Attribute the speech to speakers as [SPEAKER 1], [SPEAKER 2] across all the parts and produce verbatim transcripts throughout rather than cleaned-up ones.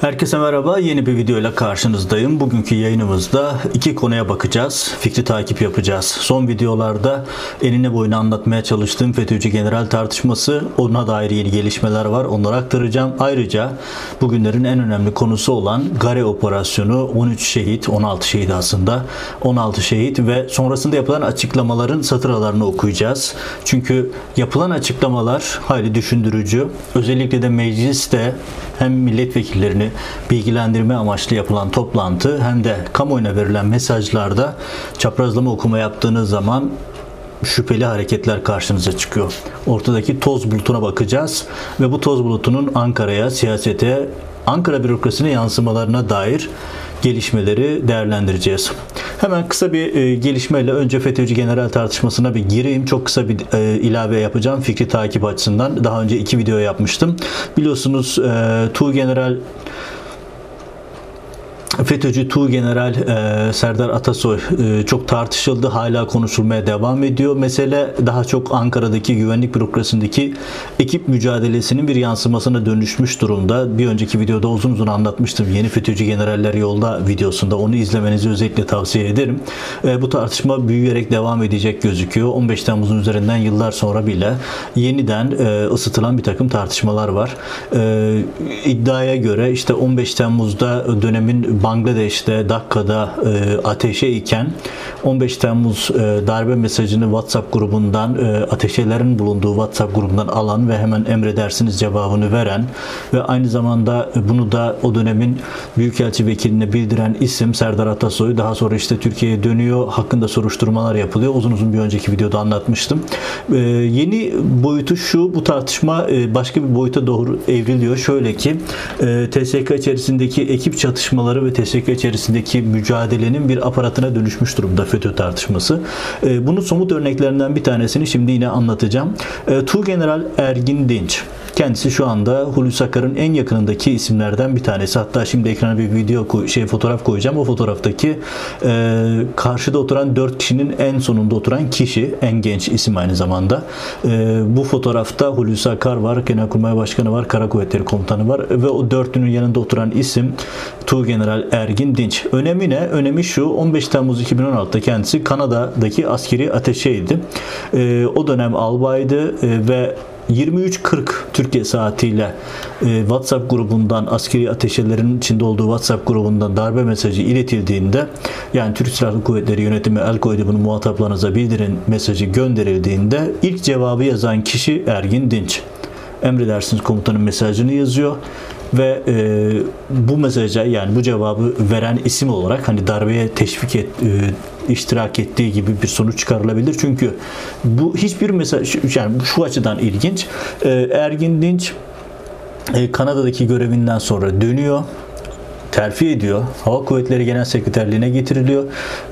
[SPEAKER 1] Herkese merhaba. Yeni bir videoyla karşınızdayım. Bugünkü yayınımızda iki konuya bakacağız. Fikri takip yapacağız. Son videolarda enine boyuna anlatmaya çalıştığım FETÖ'cü general tartışması, ona dair yeni gelişmeler var. Onları aktaracağım. Ayrıca bugünlerin en önemli konusu olan Gare operasyonu, on üç şehit, on altı şehit aslında. on altı şehit ve sonrasında yapılan açıklamaların satıralarını okuyacağız. Çünkü yapılan açıklamalar hayli düşündürücü. Özellikle de mecliste hem milletvekillerini bilgilendirme amaçlı yapılan toplantı hem de kamuoyuna verilen mesajlarda çaprazlama okuma yaptığınız zaman şüpheli hareketler karşınıza çıkıyor. Ortadaki toz bulutuna bakacağız ve bu toz bulutunun Ankara'ya, siyasete, Ankara bürokrasisine yansımalarına dair gelişmeleri değerlendireceğiz. Hemen kısa bir e, gelişmeyle önce FETÖ'cü general tartışmasına bir gireyim. Çok kısa bir e, ilave yapacağım fikri takip açısından. Daha önce iki video yapmıştım. Biliyorsunuz e, Tuğgeneral FETÖ'cü Tuğgeneral e, Serdar Atasoy e, çok tartışıldı. Hala konuşulmaya devam ediyor. Mesele daha çok Ankara'daki güvenlik bürokrasisindeki ekip mücadelesinin bir yansımasına dönüşmüş durumda. Bir önceki videoda uzun uzun anlatmıştım. Yeni FETÖ'cü generaller yolda videosunda. Onu izlemenizi özellikle tavsiye ederim. E, bu tartışma büyüyerek devam edecek gözüküyor. on beş Temmuz'un üzerinden yıllar sonra bile yeniden e, ısıtılan bir takım tartışmalar var. E, iddiaya göre işte on beş Temmuz'da dönemin Bangladeş'te, Dakka'da e, ateşe iken on beş Temmuz e, darbe mesajını WhatsApp grubundan, e, ateşelerin bulunduğu WhatsApp grubundan alan ve hemen emredersiniz cevabını veren ve aynı zamanda bunu da o dönemin Büyükelçi Vekiline bildiren isim Serdar Atasoy. Daha sonra işte Türkiye'ye dönüyor. Hakkında soruşturmalar yapılıyor. Uzun uzun bir önceki videoda anlatmıştım. E, yeni boyutu şu, bu tartışma e, başka bir boyuta doğru evriliyor. Şöyle ki e, T S K içerisindeki ekip çatışmaları ve T S K içerisindeki mücadelenin bir aparatına dönüşmüş durumda FETÖ tartışması. Bunun somut örneklerinden bir tanesini şimdi yine anlatacağım. Tuğgeneral Ergin Dinç. Kendisi şu anda Hulusi Akar'ın en yakınındaki isimlerden bir tanesi. Hatta şimdi ekrana bir video şey fotoğraf koyacağım. O fotoğraftaki e, karşıda oturan dört kişinin en sonunda oturan kişi, en genç isim aynı zamanda. E, bu fotoğrafta Hulusi Akar var, Genelkurmay Başkanı var, Kara Kuvvetleri Komutanı var ve o dörtlünün yanında oturan isim Tuğgeneral Ergin Dinç. Önemi ne? Önemi şu: on beş Temmuz iki bin on altıda kendisi Kanada'daki askeri ateşeydi. E, o dönem albaydı e, ve yirmi üç kırk Türkiye saatiyle e, WhatsApp grubundan, askeri ateşelerin içinde olduğu WhatsApp grubundan darbe mesajı iletildiğinde, yani Türk Silahlı Kuvvetleri yönetimi el koydu bunu muhataplarınıza bildirin mesajı gönderildiğinde ilk cevabı yazan kişi Ergin Dinç. Emredersiniz komutanın mesajını yazıyor ve e, bu mesaja, yani bu cevabı veren isim olarak hani darbeye teşvik et, e, iştirak ettiği gibi bir sonuç çıkarılabilir. Çünkü bu hiçbir mesaj, yani şu açıdan ilginç. E, Ergin Dinç e, Kanada'daki görevinden sonra dönüyor, terfi ediyor. Hava Kuvvetleri Genel Sekreterliğine getiriliyor.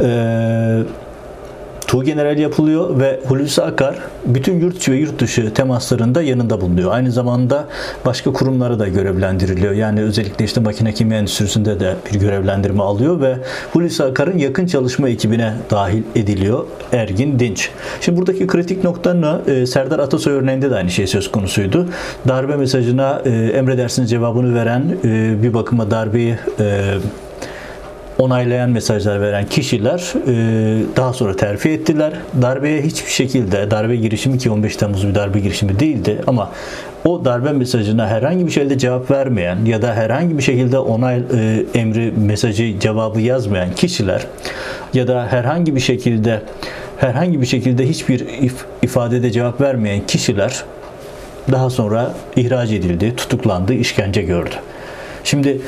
[SPEAKER 1] E, Tuğgeneral yapılıyor ve Hulusi Akar bütün yurt içi ve yurt dışı temaslarında yanında bulunuyor. Aynı zamanda başka kurumlara da görevlendiriliyor. Yani özellikle işte makine kimya endüstrisinde de bir görevlendirme alıyor ve Hulusi Akar'ın yakın çalışma ekibine dahil ediliyor Ergin Dinç. Şimdi buradaki kritik nokta ne? Serdar Atasoy örneğinde de aynı şey söz konusuydu. Darbe mesajına e, emredersiniz cevabını veren, e, bir bakıma darbeyi e, onaylayan mesajlar veren kişiler daha sonra terfi ettiler. Darbeye hiçbir şekilde, darbe girişimi ki on beş Temmuz bir darbe girişimi değildi ama o darbe mesajına herhangi bir şekilde cevap vermeyen ya da herhangi bir şekilde onay emri mesajı cevabı yazmayan kişiler ya da herhangi bir şekilde herhangi bir şekilde hiçbir ifadede cevap vermeyen kişiler daha sonra ihraç edildi, tutuklandı, işkence gördü. Şimdi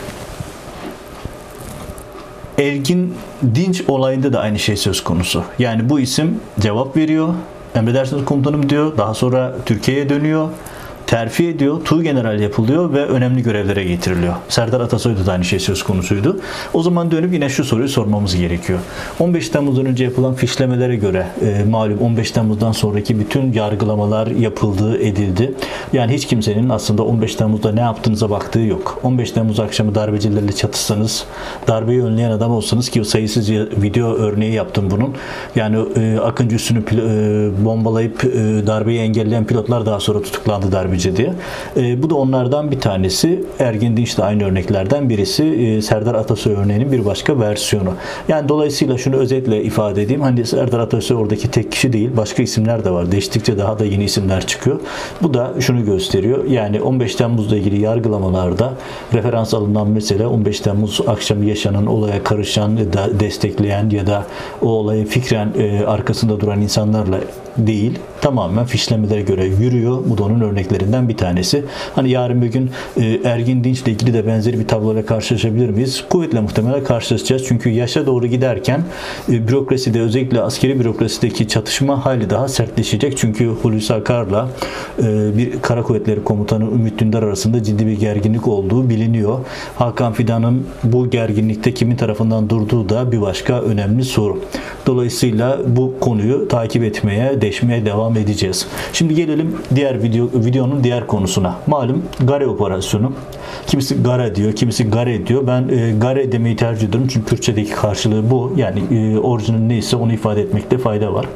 [SPEAKER 1] Ergin Dinç olayında da aynı şey söz konusu. Yani bu isim cevap veriyor, emredersiniz komutanım diyor, daha sonra Türkiye'ye dönüyor, terfi ediyor, Tuğgeneral yapılıyor ve önemli görevlere getiriliyor. Serdar Atasoy'da da aynı şey söz konusuydu. O zaman dönüp yine şu soruyu sormamız gerekiyor. on beş Temmuz'dan önce yapılan fişlemelere göre e, malum on beş Temmuz'dan sonraki bütün yargılamalar yapıldı, edildi. Yani hiç kimsenin aslında on beş Temmuz'da ne yaptığınıza baktığı yok. on beş Temmuz akşamı darbecilerle çatışsanız, darbeyi önleyen adam olsanız, ki sayısız video örneği yaptım bunun. Yani e, Akıncı üssünü e, bombalayıp e, darbeyi engelleyen pilotlar daha sonra tutuklandı, darbeci süreci diye. E, bu da onlardan bir tanesi. Ergin Dinç de aynı örneklerden birisi. E, Serdar Atasoy örneğinin bir başka versiyonu. Yani dolayısıyla şunu özetle ifade edeyim. Hani Serdar Atasoy oradaki tek kişi değil. Başka isimler de var. Değiştikçe daha da yeni isimler çıkıyor. Bu da şunu gösteriyor. Yani on beş Temmuz'la ilgili yargılamalarda referans alınan mesele on beş Temmuz akşamı yaşanan olaya karışan, da destekleyen ya da o olayı fikren e, arkasında duran insanlarla değil, tamamen fişlemelere göre yürüyor. Bu da onun örneklerinden bir tanesi. Hani yarın bir gün e, Ergin Dinç'le ilgili de benzeri bir tabloyla karşılaşabilir miyiz? Kuvvetle muhtemelen karşılaşacağız. Çünkü yaşa doğru giderken e, bürokraside, özellikle askeri bürokrasideki çatışma hali daha sertleşecek. Çünkü Hulusi Akar'la e, bir Kara Kuvvetleri Komutanı Ümit Dündar arasında ciddi bir gerginlik olduğu biliniyor. Hakan Fidan'ın bu gerginlikte kimin tarafından durduğu da bir başka önemli soru. Dolayısıyla bu konuyu takip etmeye, deşmeye devam edeceğiz. Şimdi gelelim diğer video videonun diğer konusuna. Malum Gare operasyonu. Kimisi Gara diyor, kimisi Gare diyor. Ben e, Gare demeyi tercih ediyorum çünkü Kürtçedeki karşılığı bu. Yani e, orijinali neyse onu ifade etmekte fayda var.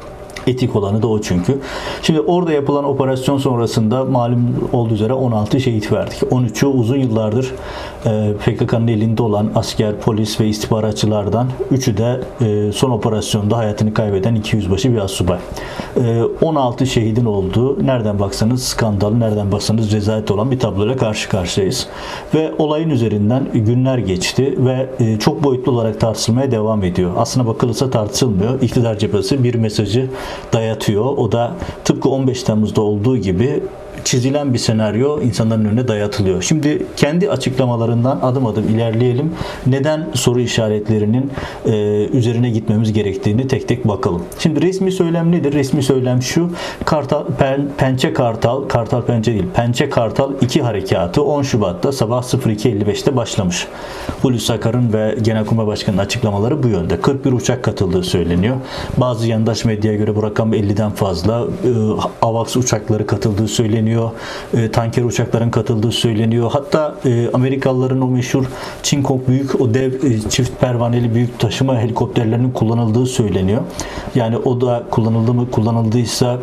[SPEAKER 1] Etik olanı da o çünkü. Şimdi orada yapılan operasyon sonrasında malum olduğu üzere on altı şehit verdik. on üçü uzun yıllardır e, P K K'nın elinde olan asker, polis ve istihbaratçılardan, üçü de e, son operasyonda hayatını kaybeden iki yüzbaşı bir astsubay. E, on altı şehidin olduğu, nereden baksanız skandal, nereden baksanız rezalet olan bir tabloyla karşı karşıyayız. Ve olayın üzerinden günler geçti ve e, çok boyutlu olarak tartışılmaya devam ediyor. Aslına bakılırsa tartışılmıyor. İktidar cephesi bir mesajı dayatıyor. O da tıpkı on beş Temmuz'da olduğu gibi çizilen bir senaryo insanların önüne dayatılıyor. Şimdi kendi açıklamalarından adım adım ilerleyelim. Neden soru işaretlerinin e, üzerine gitmemiz gerektiğini tek tek bakalım. Şimdi resmi söylem nedir? Resmi söylem şu: Kartal, Pen, Pençe Kartal, Kartal Pençe değil, Pençe Kartal iki harekatı on Şubat'ta sabah sıfır iki elli beşte başlamış. Hulusi Akar'ın ve Genelkurmay Başkanı'nın açıklamaları bu yönde. kırk bir uçak katıldığı söyleniyor. Bazı yandaş medyaya göre bu rakam elliden fazla. E, AVAX uçakları katıldığı söyleniyor. E, tanker uçakların katıldığı söyleniyor. Hatta e, Amerikalıların o meşhur Çinkok büyük, o dev e, çift pervaneli büyük taşıma helikopterlerinin kullanıldığı söyleniyor. Yani o da kullanıldı mı, kullanıldıysa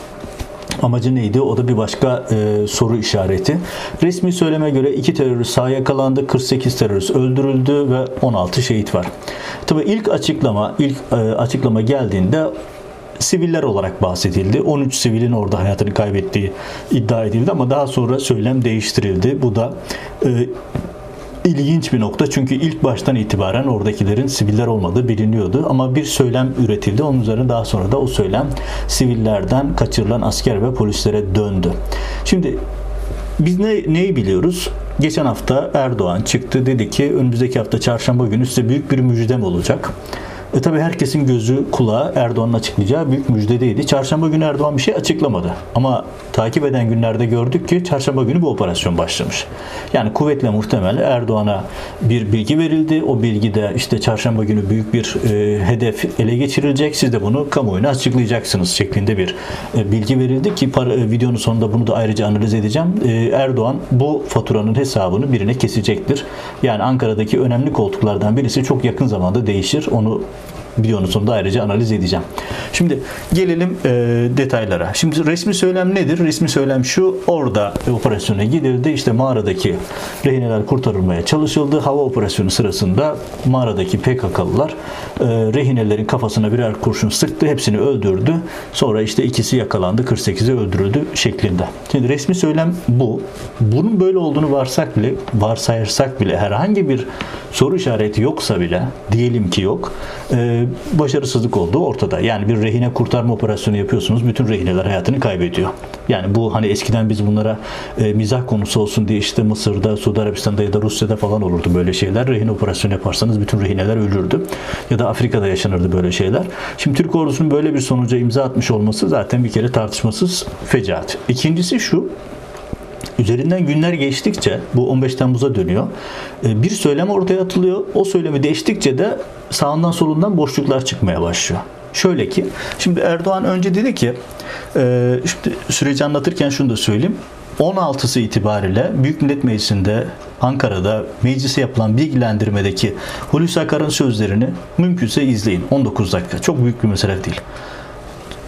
[SPEAKER 1] amacı neydi? O da bir başka e, soru işareti. Resmi söyleme göre iki terörist sağ yakalandı, kırk sekiz terörist öldürüldü ve on altı şehit var. Tabii ilk açıklama, ilk e, açıklama geldiğinde siviller olarak bahsedildi. on üç sivilin orada hayatını kaybettiği iddia edildi ama daha sonra söylem değiştirildi. Bu da e, ilginç bir nokta. Çünkü ilk baştan itibaren oradakilerin siviller olmadığı biliniyordu. Ama bir söylem üretildi. Onun üzerine daha sonra da o söylem sivillerden kaçırılan asker ve polislere döndü. Şimdi biz ne, neyi biliyoruz? Geçen hafta Erdoğan çıktı. Dedi ki önümüzdeki hafta çarşamba günü size büyük bir müjdem olacak. E tabi herkesin gözü kulağı Erdoğan'ın açıklayacağı büyük müjdeydi. Çarşamba günü Erdoğan bir şey açıklamadı. Ama takip eden günlerde gördük ki çarşamba günü bu operasyon başlamış. Yani kuvvetle muhtemel Erdoğan'a bir bilgi verildi. O bilgide işte çarşamba günü büyük bir e, hedef ele geçirilecek. Siz de bunu kamuoyuna açıklayacaksınız şeklinde bir e, bilgi verildi ki para, e, videonun sonunda bunu da ayrıca analiz edeceğim. E, Erdoğan bu faturanın hesabını birine kesecektir. Yani Ankara'daki önemli koltuklardan birisi çok yakın zamanda değişir. Onu videonun sonunda ayrıca analiz edeceğim. Şimdi gelelim e, detaylara. Şimdi resmi söylem nedir? Resmi söylem şu: orada operasyona gidildi. İşte mağaradaki rehineler kurtarılmaya çalışıldı. Hava operasyonu sırasında mağaradaki P K K'lılar e, rehinelerin kafasına birer kurşun sıktı. Hepsini öldürdü. Sonra işte ikisi yakalandı. kırk sekizi öldürüldü şeklinde. Şimdi resmi söylem bu. Bunun böyle olduğunu varsak bile, varsayarsak bile, herhangi bir soru işareti yoksa bile, diyelim ki yok, e, başarısızlık olduğu ortada. Yani bir rehine kurtarma operasyonu yapıyorsunuz. Bütün rehineler hayatını kaybediyor. Yani bu hani eskiden biz bunlara e, mizah konusu olsun diye işte Mısır'da, Suudi Arabistan'da ya da Rusya'da falan olurdu böyle şeyler. Rehine operasyonu yaparsanız bütün rehineler ölürdü. Ya da Afrika'da yaşanırdı böyle şeyler. Şimdi Türk ordusunun böyle bir sonuca imza atmış olması zaten bir kere tartışmasız fecaat. İkincisi şu: üzerinden günler geçtikçe bu on beş Temmuz'a dönüyor. Bir söylem ortaya atılıyor. O söylemi değiştikçe de sağından solundan boşluklar çıkmaya başlıyor. Şöyle ki, şimdi Erdoğan önce dedi ki, şimdi süreci anlatırken şunu da söyleyeyim. on altısı itibariyle Büyük Millet Meclisi'nde Ankara'da meclise yapılan bilgilendirmedeki Hulusi Akar'ın sözlerini mümkünse izleyin. on dokuz dakika. Çok büyük bir mesele değil.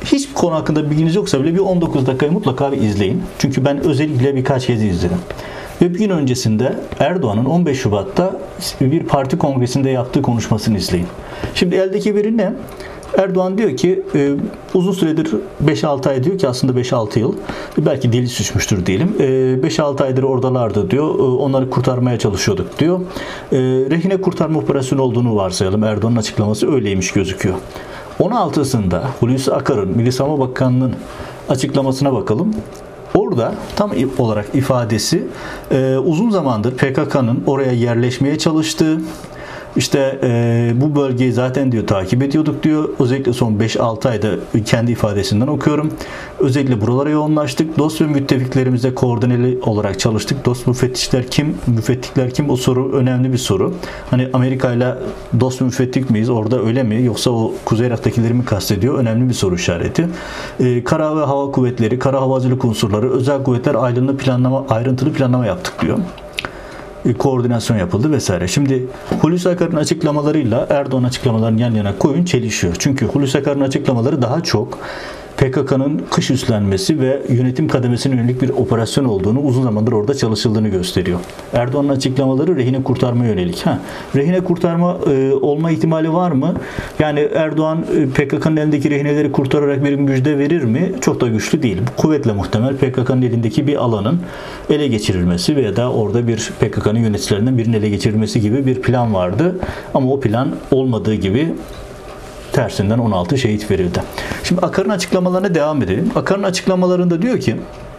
[SPEAKER 1] hiç konu hakkında bilginiz yoksa bile bir on dokuz dakikayı mutlaka bir izleyin. Çünkü ben özellikle birkaç kez izledim. Ve bir gün öncesinde Erdoğan'ın on beş Şubat'ta bir parti kongresinde yaptığı konuşmasını izleyin. Şimdi eldeki veri ne? Erdoğan diyor ki e, uzun süredir beş altı ay diyor ki aslında beş altı yıl belki dili suçmuştur diyelim. E, beş altı aydır oradalardı diyor. E, onları kurtarmaya çalışıyorduk diyor. E, rehine kurtarma operasyonu olduğunu varsayalım. Erdoğan'ın açıklaması öyleymiş gözüküyor. on altısında Hulusi Akar'ın Milli Savunma Bakanlığı'nın açıklamasına bakalım. Orada tam olarak ifadesi e, uzun zamandır P K K'nın oraya yerleşmeye çalıştığı, İşte e, bu bölgeyi zaten diyor takip ediyorduk diyor. Özellikle son beş altı ayda kendi ifadesinden okuyorum. Özellikle buralara yoğunlaştık. Dost ve müttefiklerimizle koordineli olarak çalıştık. Dost müfettişler kim? Müfettikler kim? O soru önemli bir soru. Hani Amerika ile dost müfettik miyiz? Orada öyle mi? Yoksa o Kuzey Irak'takileri mi kastediyor? Önemli bir soru işareti. E, kara ve hava kuvvetleri, kara havacılık unsurları, özel kuvvetler ayrıntılı planlama, ayrıntılı planlama yaptık diyor. Koordinasyon yapıldı vesaire. Şimdi Hulusi Akar'ın açıklamalarıyla Erdoğan açıklamalarını yan yana koyun, çelişiyor. Çünkü Hulusi Akar'ın açıklamaları daha çok P K K'nın kış üstlenmesi ve yönetim kademesine yönelik bir operasyon olduğunu, uzun zamandır orada çalışıldığını gösteriyor. Erdoğan'ın açıklamaları rehine kurtarma yönelik. Ha, rehine kurtarma e, olma ihtimali var mı? Yani Erdoğan e, P K K'nın elindeki rehineleri kurtararak bir müjde verir mi? Çok da güçlü değil. Bu kuvvetle muhtemel P K K'nın elindeki bir alanın ele geçirilmesi veya da orada bir P K K'nın yöneticilerinden birinin ele geçirilmesi gibi bir plan vardı. Ama o plan olmadığı gibi tersinden on altı şehit verildi. Şimdi Akar'ın açıklamalarına devam edelim. Akar'ın açıklamalarında diyor ki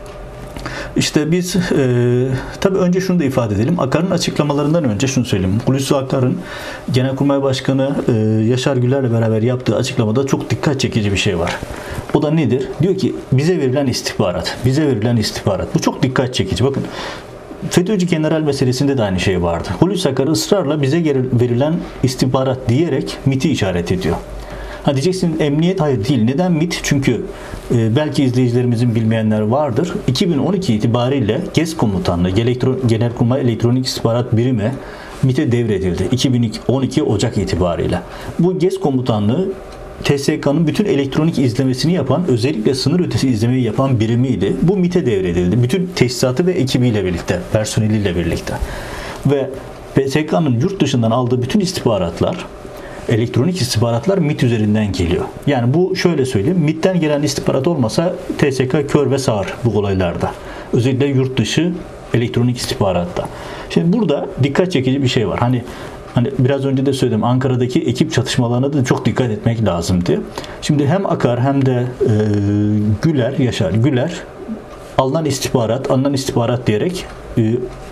[SPEAKER 1] işte biz e, tabii önce şunu da ifade edelim. Akar'ın açıklamalarından önce şunu söyleyeyim. Hulusi Akar'ın Genelkurmay Başkanı e, Yaşar Güler'le beraber yaptığı açıklamada çok dikkat çekici bir şey var. O da nedir? Diyor ki bize verilen istihbarat. Bize verilen istihbarat. Bu çok dikkat çekici. Bakın FETÖ'cü general meselesinde de aynı şey vardı. Hulusi Akar ısrarla bize verilen istihbarat diyerek MİT'i işaret ediyor. Ha diyeceksin emniyet, hayır değil. Neden MİT? Çünkü e, belki izleyicilerimizin bilmeyenler vardır. iki bin on iki itibariyle GES Komutanlığı, Genelkurmay Elektronik İstihbarat Birimi MİT'e devredildi. iki bin on iki Ocak itibariyle. Bu GES Komutanlığı T S K'nın bütün elektronik izlemesini yapan, özellikle sınır ötesi izlemeyi yapan birimiydi. Bu MİT'e devredildi. Bütün teçhizatı ve ekibiyle birlikte, personeliyle birlikte. Ve T S K'nın yurt dışından aldığı bütün istihbaratlar, elektronik istihbaratlar MİT üzerinden geliyor. Yani bu şöyle söyleyeyim, MİT'ten gelen istihbarat olmasa T S K kör ve sağır bu olaylarda. Özellikle yurt dışı elektronik istihbaratta. Şimdi burada dikkat çekici bir şey var. Hani Hani biraz önce de söyledim, Ankara'daki ekip çatışmalarına da çok dikkat etmek lazımdı. Şimdi hem Akar hem de e, Güler, Yaşar Güler alınan istihbarat, alınan istihbarat diyerek e,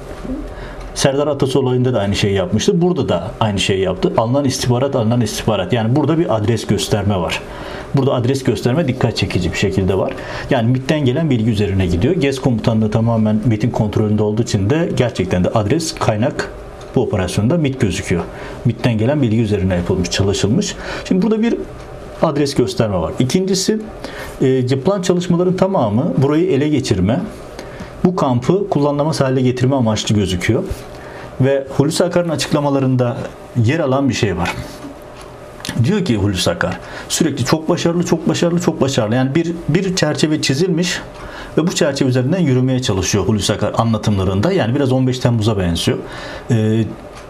[SPEAKER 1] Serdar Atasoy olayında da aynı şeyi yapmıştı. Burada da aynı şeyi yaptı. Alınan istihbarat, alınan istihbarat. Yani burada bir adres gösterme var. Burada adres gösterme dikkat çekici bir şekilde var. Yani MİT'ten gelen bilgi üzerine gidiyor. GES Komutanlığı tamamen MİT'in kontrolünde olduğu için de gerçekten de adres, kaynak bu operasyonda MİT gözüküyor. MİT'ten gelen bilgi üzerine yapılmış, çalışılmış. Şimdi burada bir adres gösterme var. İkincisi, e, yapılan çalışmaların tamamı burayı ele geçirme, bu kampı kullanılamaz hale getirme amaçlı gözüküyor. Ve Hulusi Akar'ın açıklamalarında yer alan bir şey var. Diyor ki Hulusi Akar, sürekli çok başarılı, çok başarılı, çok başarılı. Yani bir, bir çerçeve çizilmiş ve bu çerçeve üzerinden yürümeye çalışıyor Hulusi Akar anlatımlarında. Yani biraz on beş Temmuz'a benziyor. Ee,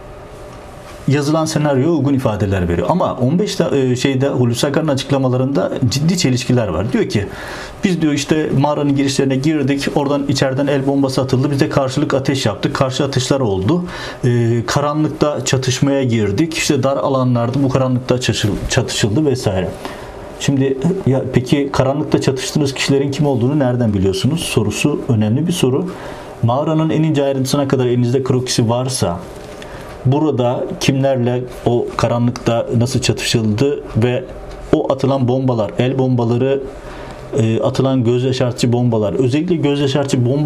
[SPEAKER 1] yazılan senaryoya uygun ifadeler veriyor. Ama on beş şeyde Hulusi Akar'ın açıklamalarında ciddi çelişkiler var. Diyor ki biz diyor işte mağaranın girişlerine girdik. Oradan içeriden el bombası atıldı. Biz de karşılık ateş yaptık. Karşı atışlar oldu. Ee, karanlıkta çatışmaya girdik. İşte dar alanlarda bu karanlıkta çatışıldı vesaire. Şimdi ya peki karanlıkta çatıştığınız kişilerin kim olduğunu nereden biliyorsunuz? Sorusu önemli bir soru. Mağaranın en ince ayrıntısına kadar elinizde krokisi varsa burada kimlerle o karanlıkta nasıl çatışıldı ve o atılan bombalar, el bombaları, atılan göz yaşartıcı bombalar, özellikle göz yaşartıcı bomba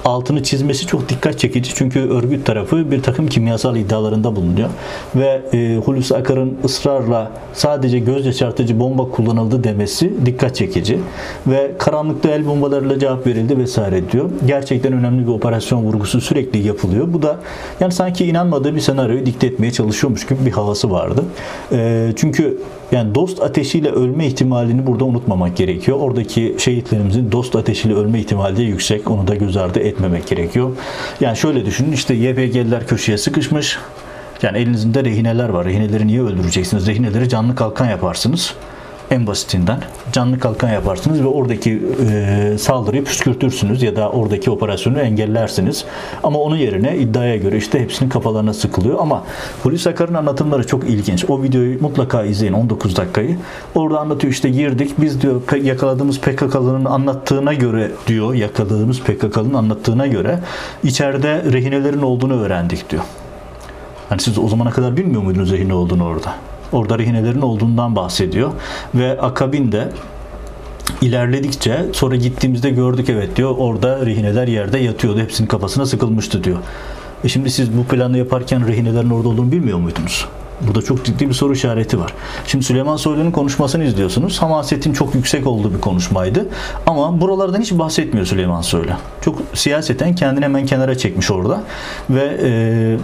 [SPEAKER 1] altını çizmesi çok dikkat çekici. Çünkü örgüt tarafı bir takım kimyasal iddialarında bulunuyor. Ve e, Hulusi Akar'ın ısrarla sadece göz yaşartıcı bomba kullanıldı demesi dikkat çekici. Ve karanlıkta el bombalarıyla cevap verildi vesaire diyor. Gerçekten önemli bir operasyon vurgusu sürekli yapılıyor. Bu da yani sanki inanmadığı bir senaryoyu dikte etmeye çalışıyormuş gibi bir havası vardı. E, çünkü yani dost ateşiyle ölme ihtimalini burada unutmamak gerekiyor. Oradaki şehitlerimizin dost ateşiyle ölme ihtimali de yüksek. Onu da göz ardı etmemek gerekiyor. Yani şöyle düşünün, işte Y P G'liler köşeye sıkışmış. Yani elinizde rehineler var. Rehineleri niye öldüreceksiniz? Rehineleri canlı kalkan yaparsınız. En basitinden canlı kalkan yaparsınız ve oradaki e, saldırıyı püskürtürsünüz ya da oradaki operasyonu engellersiniz. Ama onun yerine iddiaya göre işte hepsinin kafalarına sıkılıyor. Ama Hulusi Akar'ın anlatımları çok ilginç. O videoyu mutlaka izleyin, on dokuz dakikayı. Orada anlatıyor, işte girdik biz diyor, yakaladığımız P K K'lının anlattığına göre diyor, yakaladığımız P K K'lının anlattığına göre içeride rehinelerin olduğunu öğrendik diyor. Hani siz o zamana kadar bilmiyor muydunuz rehine olduğunu orada? Orada rehinelerin olduğundan bahsediyor ve akabinde ilerledikçe sonra gittiğimizde gördük, evet diyor, orada rehineler yerde yatıyordu, hepsinin kafasına sıkılmıştı diyor. E şimdi siz bu planı yaparken rehinelerin orada olduğunu bilmiyor muydunuz? Burada çok ciddi bir soru işareti var. Şimdi Süleyman Soylu'nun konuşmasını izliyorsunuz. Hamasetin çok yüksek olduğu bir konuşmaydı. Ama buralardan hiç bahsetmiyor Süleyman Soylu. Çok siyaseten kendini hemen kenara çekmiş orada ve eee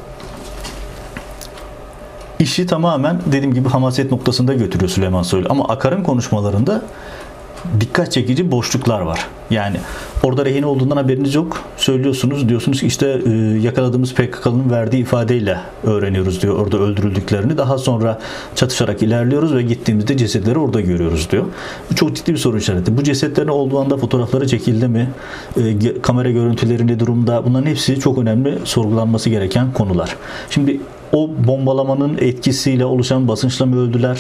[SPEAKER 1] İşi tamamen dediğim gibi hamaset noktasında götürüyor Süleyman Soylu. Ama Akar'ın konuşmalarında dikkat çekici boşluklar var. Yani orada rehin olduğundan haberiniz yok. Söylüyorsunuz, diyorsunuz ki işte e, yakaladığımız P K K'nın verdiği ifadeyle öğreniyoruz diyor orada öldürüldüklerini. Daha sonra çatışarak ilerliyoruz ve gittiğimizde cesetleri orada görüyoruz diyor. Bu çok ciddi bir soru işareti. Bu cesetlerin olduğu anda fotoğrafları çekildi mi? E, kamera görüntüleri ne durumda? Bunların hepsi çok önemli, sorgulanması gereken konular. Şimdi o bombalamanın etkisiyle oluşan basınçla mı öldüler?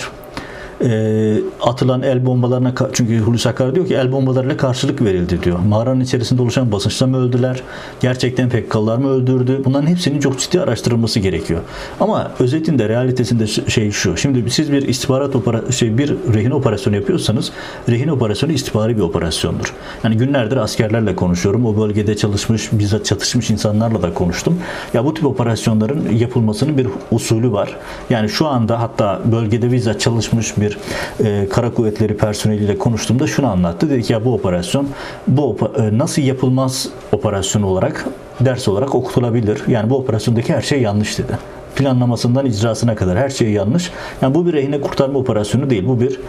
[SPEAKER 1] E, atılan el bombalarına, çünkü Hulusi Akar diyor ki el bombalarıyla karşılık verildi diyor. Mağaranın içerisinde oluşan basınçla mı öldüler? Gerçekten P K K'lılar mı öldürdü? Bunların hepsinin çok ciddi araştırılması gerekiyor. Ama özetinde, realitesinde şey şu. Şimdi siz bir istihbarat opera, şey bir rehin operasyonu yapıyorsanız, rehin operasyonu istihbari bir operasyondur. Yani günlerdir askerlerle konuşuyorum. O bölgede çalışmış, bizzat çatışmış insanlarla da konuştum. Ya bu tip operasyonların yapılmasının bir usulü var. Yani şu anda hatta bölgede bizzat çalışmış bir e, kara kuvvetleri personeliyle konuştuğumda şunu anlattı. Dedi ki ya bu operasyon bu e, nasıl yapılmaz operasyonu olarak, ders olarak okutulabilir. Yani bu operasyondaki her şey yanlış dedi. Planlamasından icrasına kadar her şey yanlış. Yani bu bir rehine kurtarma operasyonu değil. Bu bir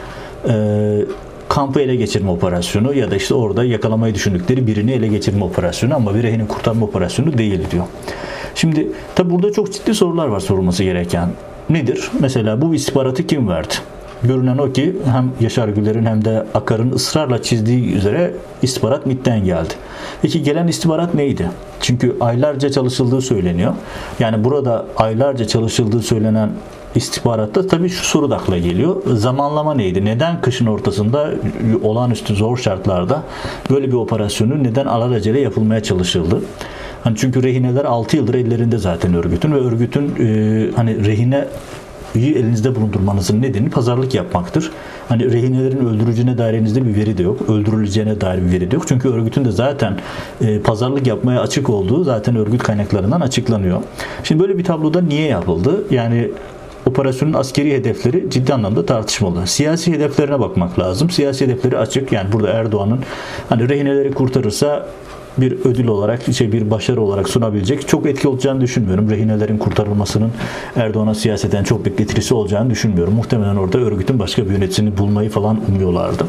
[SPEAKER 1] e, kampı ele geçirme operasyonu ya da işte orada yakalamayı düşündükleri birini ele geçirme operasyonu, ama bir rehine kurtarma operasyonu değil diyor. Şimdi tabi burada çok ciddi sorular var sorulması gereken. Nedir? Mesela bu istihbaratı kim verdi? Görünen o ki hem Yaşar Güler'in hem de Akar'ın ısrarla çizdiği üzere istihbarat MİT'ten geldi. Peki gelen istihbarat neydi? Çünkü aylarca çalışıldığı söyleniyor. Yani burada aylarca çalışıldığı söylenen istihbaratta tabii şu soru da akla geliyor. Zamanlama neydi? Neden kışın ortasında olağanüstü zor şartlarda böyle bir operasyonu neden alelacele yapılmaya çalışıldı? Hani çünkü rehineler altı yıldır ellerinde zaten örgütün ve örgütün e, hani rehine iyi elinizde bulundurmanızın nedeni pazarlık yapmaktır. Hani rehinelerin öldürücüne dair elinizde bir veri de yok. Öldürüleceğine dair bir veri de yok. Çünkü örgütün de zaten e, pazarlık yapmaya açık olduğu zaten örgüt kaynaklarından açıklanıyor. Şimdi böyle bir tabloda niye yapıldı? Yani operasyonun askeri hedefleri ciddi anlamda tartışmalı. Siyasi hedeflerine bakmak lazım. Siyasi hedefleri açık. Yani burada Erdoğan'ın hani rehineleri kurtarırsa bir ödül olarak, şey bir başarı olarak sunabilecek çok etki olacağını düşünmüyorum. Rehinelerin kurtarılmasının Erdoğan'a siyaseten çok bir getirisi olacağını düşünmüyorum. Muhtemelen orada örgütün başka bir yöneticisini bulmayı falan umuyorlardı.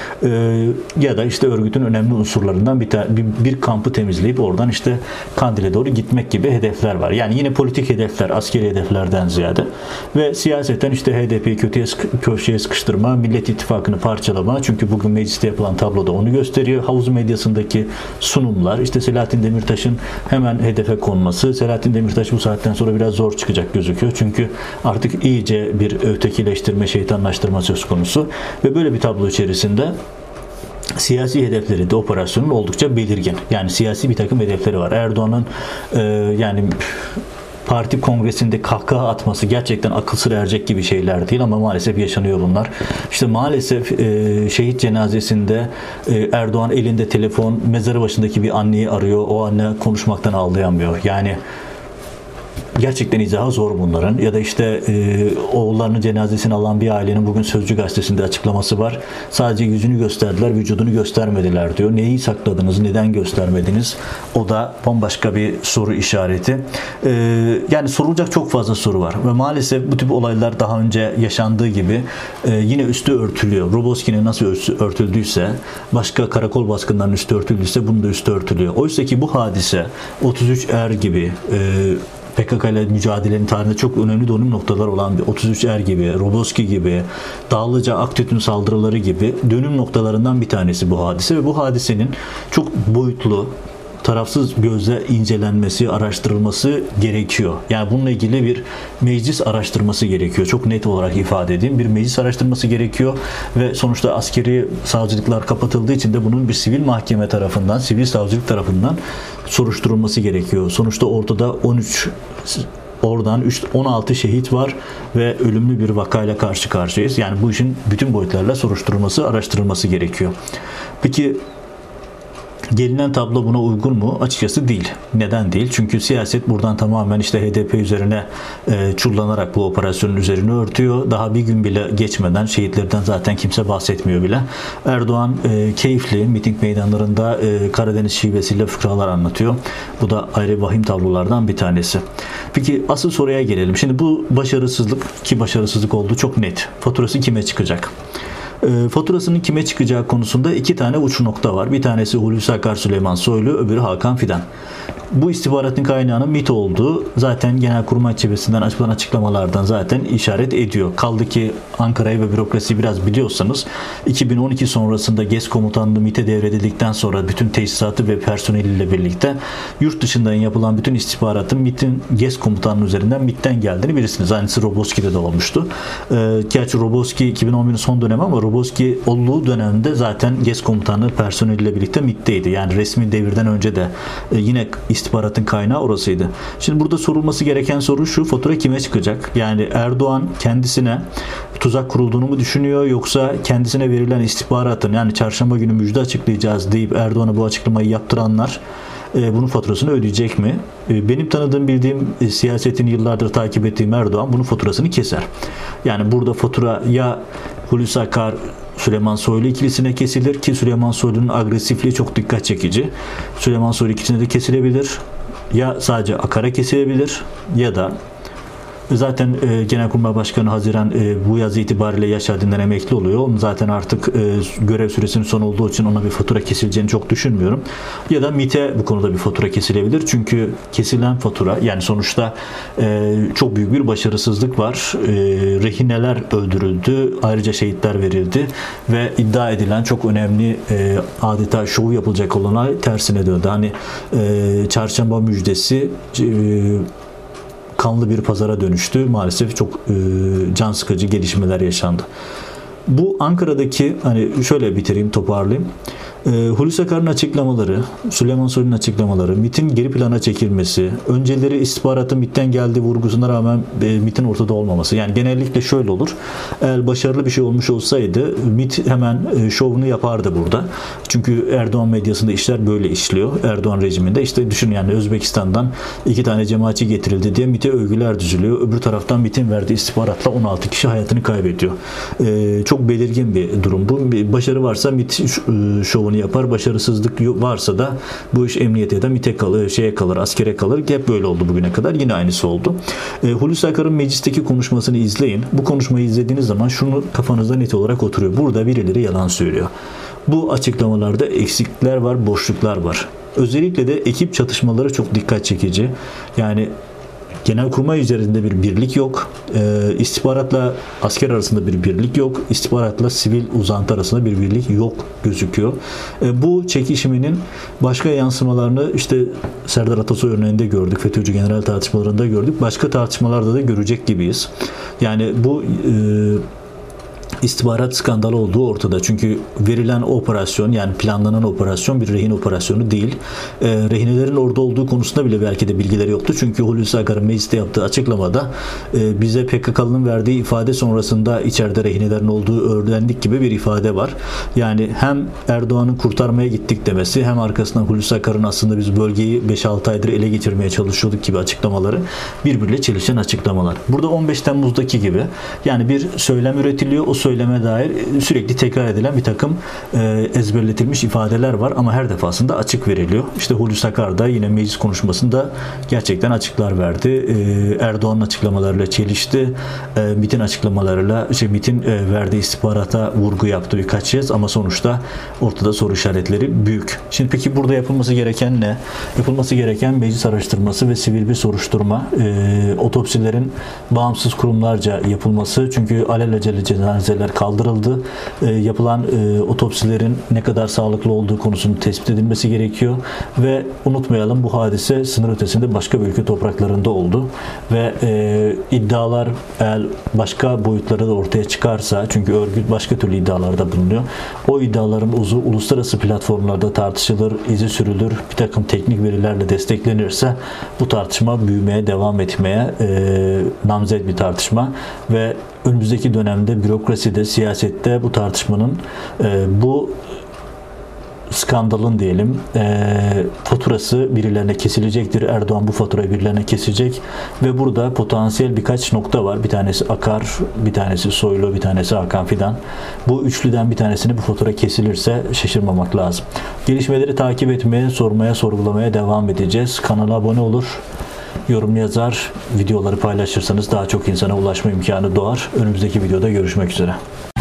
[SPEAKER 1] Ee, ya da işte örgütün önemli unsurlarından bir, bir, bir kampı temizleyip oradan işte Kandil'e doğru gitmek gibi hedefler var. Yani yine politik hedefler, askeri hedeflerden ziyade ve siyaseten işte H D P'yi kötüye köşeye sıkıştırma, Millet İttifakı'nı parçalama. Çünkü bugün mecliste yapılan tabloda onu gösteriyor. Havuz medyasındaki sunumlar, işte Selahattin Demirtaş'ın hemen hedefe konması. Selahattin Demirtaş bu saatten sonra biraz zor çıkacak gözüküyor. Çünkü artık iyice bir ötekileştirme, şeytanlaştırma söz konusu ve böyle bir tablo içerisinde siyasi hedefleri de operasyonun oldukça belirgin. Yani siyasi bir takım hedefleri var. Erdoğan'ın e, yani parti kongresinde kahkaha atması gerçekten akıl sır erecek gibi şeyler değil ama maalesef yaşanıyor bunlar. İşte maalesef e, şehit cenazesinde e, Erdoğan elinde telefon, mezarı başındaki bir anneyi arıyor. O anne konuşmaktan ağlayamıyor. Yani gerçekten izahı zor bunların. Ya da işte e, oğullarının cenazesini alan bir ailenin bugün Sözcü gazetesinde açıklaması var. Sadece yüzünü gösterdiler, vücudunu göstermediler diyor. Neyi sakladınız, neden göstermediniz? O da bambaşka bir soru işareti. E, yani sorulacak çok fazla soru var. Ve maalesef bu tip olaylar daha önce yaşandığı gibi e, yine üstü örtülüyor. Roboski'nin nasıl örtüldüyse, başka karakol baskınlarının üstü örtüldüyse bunun da üstü örtülüyor. Oysa ki bu hadise otuz üç Er gibi e, P K K ile mücadelenin tarihinde çok önemli dönüm noktalar olan bir otuz üç Er gibi, Roboski gibi, Dağlıca Aktütün saldırıları gibi dönüm noktalarından bir tanesi bu hadise ve bu hadisenin çok boyutlu, tarafsız gözle incelenmesi, araştırılması gerekiyor. Yani bununla ilgili bir meclis araştırması gerekiyor. Çok net olarak ifade edeyim. Bir meclis araştırması gerekiyor ve sonuçta askeri savcılıklar kapatıldığı için de bunun bir sivil mahkeme tarafından, sivil savcılık tarafından soruşturulması gerekiyor. Sonuçta ortada on üç oradan on altı şehit var ve ölümlü bir vakayla karşı karşıyayız. Yani bu işin bütün boyutlarla soruşturulması, araştırılması gerekiyor. Peki gelinen tablo buna uygun mu? Açıkçası değil. Neden değil? Çünkü siyaset buradan tamamen işte H D P üzerine e, çullanarak bu operasyonun üzerine örtüyor. Daha bir gün bile geçmeden şehitlerden zaten kimse bahsetmiyor bile. Erdoğan e, keyifli miting meydanlarında e, Karadeniz şivesiyle fıkralar anlatıyor. Bu da ayrı vahim tablolardan bir tanesi. Peki asıl soruya gelelim. Şimdi bu başarısızlık, ki başarısızlık olduğu çok net. Faturası kime çıkacak? E, faturasının kime çıkacağı konusunda iki tane uç nokta var. Bir tanesi Hulusi Akar, Süleyman Soylu, öbürü Hakan Fidan. Bu istihbaratın kaynağının MİT olduğu zaten Genelkurmay Cephesi'nden açıklanan açıklamalardan zaten işaret ediyor. Kaldı ki Ankara'yı ve bürokrasiyi biraz biliyorsanız iki bin on iki sonrasında GES komutanlığı MİT'e devredildikten sonra bütün teçhizatı ve personeliyle birlikte yurt dışından yapılan bütün istihbaratın MİT'in GES komutanlığı üzerinden MİT'ten geldiğini bilirsiniz. Aynısı Roboski'de de olmuştu. Ee, gerçi Roboski iki bin on birin son dönemi ama Roboski olduğu dönemde zaten GES komutanlığı personeliyle birlikte MİT'teydi. Yani resmi devirden önce de e, yine istihbaratın kaynağı orasıydı. Şimdi burada sorulması gereken soru şu: fatura kime çıkacak? Yani Erdoğan kendisine tuzak kurulduğunu mu düşünüyor, yoksa kendisine verilen istihbaratın, yani çarşamba günü müjde açıklayacağız deyip Erdoğan'a bu açıklamayı yaptıranlar e, bunun faturasını ödeyecek mi? E, benim tanıdığım, bildiğim, e, siyasetini yıllardır takip ettiğim Erdoğan bunun faturasını keser. Yani burada fatura ya Hulusi Akar, Süleyman Soylu ikilisine kesilir ki Süleyman Soylu'nun agresifliği çok dikkat çekici. Süleyman Soylu ikisine de kesilebilir. Ya sadece Akar'a kesilebilir ya da zaten e, Genelkurmay Başkanı Haziran e, bu yaz itibariyle yaş haddinden emekli oluyor. Onun zaten artık e, görev süresinin son olduğu için ona bir fatura kesileceğini çok düşünmüyorum. Ya da MİT'e bu konuda bir fatura kesilebilir. Çünkü kesilen fatura, yani sonuçta e, çok büyük bir başarısızlık var. E, rehineler öldürüldü. Ayrıca şehitler verildi. Ve iddia edilen çok önemli e, adeta şov yapılacak olan olay tersine döndü. Hani e, çarşamba müjdesi e, kanlı bir pazara dönüştü. Maalesef çok e, can sıkıcı gelişmeler yaşandı. Bu Ankara'daki, hani şöyle bitireyim, toparlayayım. E, Hulusi Akar'ın açıklamaları, Süleyman Soylu'nun açıklamaları, MİT'in geri plana çekilmesi, önceleri istihbaratın MİT'ten geldiği vurgusuna rağmen e, MİT'in ortada olmaması. Yani genellikle şöyle olur: eğer başarılı bir şey olmuş olsaydı MİT hemen e, şovunu yapardı burada. Çünkü Erdoğan medyasında işler böyle işliyor. Erdoğan rejiminde işte düşün, yani Özbekistan'dan iki tane cemaatçi getirildi diye MİT'e övgüler düzülüyor. Öbür taraftan MİT'in verdiği istihbaratla on altı kişi hayatını kaybediyor. E, çok belirgin bir durum bu. Bir başarı varsa MİT e, şovunu yapar. Başarısızlık varsa da bu iş emniyete ya da MİT'e kalır, şeye kalır, askere kalır. Hep böyle oldu bugüne kadar. Yine aynısı oldu. E, Hulusi Akar'ın meclisteki konuşmasını izleyin. Bu konuşmayı izlediğiniz zaman şunu kafanızda net olarak oturuyor: burada birileri yalan söylüyor. Bu açıklamalarda eksiklikler var, boşluklar var. Özellikle de ekip çatışmaları çok dikkat çekici. Yani Genelkurmay üzerinde bir birlik yok. E, istihbaratla asker arasında bir birlik yok. İstihbaratla sivil uzantı arasında bir birlik yok gözüküyor. E, bu çekişmenin başka yansımalarını işte Serdar Atasoy örneğinde gördük. FETÖ'cü general tartışmalarında gördük. Başka tartışmalarda da görecek gibiyiz. Yani bu e, istihbarat skandalı olduğu ortada. Çünkü verilen operasyon, yani planlanan operasyon bir rehin operasyonu değil. E, rehinelerin orada olduğu konusunda bile belki de bilgileri yoktu. Çünkü Hulusi Akar'ın mecliste yaptığı açıklamada e, bize P K K'nın verdiği ifade sonrasında içeride rehinelerin olduğu öğrendik gibi bir ifade var. Yani hem Erdoğan'ın kurtarmaya gittik demesi, hem arkasından Hulusi Akar'ın aslında biz bölgeyi beş altı aydır ele geçirmeye çalışıyorduk gibi açıklamaları birbiriyle çelişen açıklamalar. Burada on beş Temmuz'daki gibi yani bir söylem üretiliyor. O söyleme dair sürekli tekrar edilen bir takım e, ezberletilmiş ifadeler var ama her defasında açık veriliyor. İşte Hulusi Akar da yine meclis konuşmasında gerçekten açıklar verdi. E, Erdoğan'ın açıklamalarıyla çelişti. E, MİT'in açıklamalarıyla, şey MİT'in e, verdiği istihbarata vurgu yaptı birkaç kez ama sonuçta ortada soru işaretleri büyük. Şimdi peki burada yapılması gereken ne? Yapılması gereken meclis araştırması ve sivil bir soruşturma. E, otopsilerin bağımsız kurumlarca yapılması. Çünkü alelacele cenazeler kaldırıldı. E, yapılan e, otopsilerin ne kadar sağlıklı olduğu konusunun tespit edilmesi gerekiyor. Ve unutmayalım, bu hadise sınır ötesinde başka bir ülke topraklarında oldu. Ve e, iddialar eğer başka boyutları da ortaya çıkarsa, çünkü örgüt başka türlü iddialarda bulunuyor. O iddiaların uzu uluslararası platformlarda tartışılır, izi sürülür, bir takım teknik verilerle desteklenirse bu tartışma büyümeye, devam etmeye e, namzet bir tartışma ve önümüzdeki dönemde bürokraside, siyasette bu tartışmanın e, bu skandalın diyelim e, faturası birilerine kesilecektir. Erdoğan bu faturayı birilerine kesecek ve burada potansiyel birkaç nokta var. Bir tanesi Akar, bir tanesi Soylu, bir tanesi Hakan Fidan. Bu üçlüden bir tanesini bu fatura kesilirse şaşırmamak lazım. Gelişmeleri takip etmeye, sormaya, sorgulamaya devam edeceğiz. Kanala abone olur, yorum yazar, videoları paylaşırsanız daha çok insana ulaşma imkanı doğar. Önümüzdeki videoda görüşmek üzere.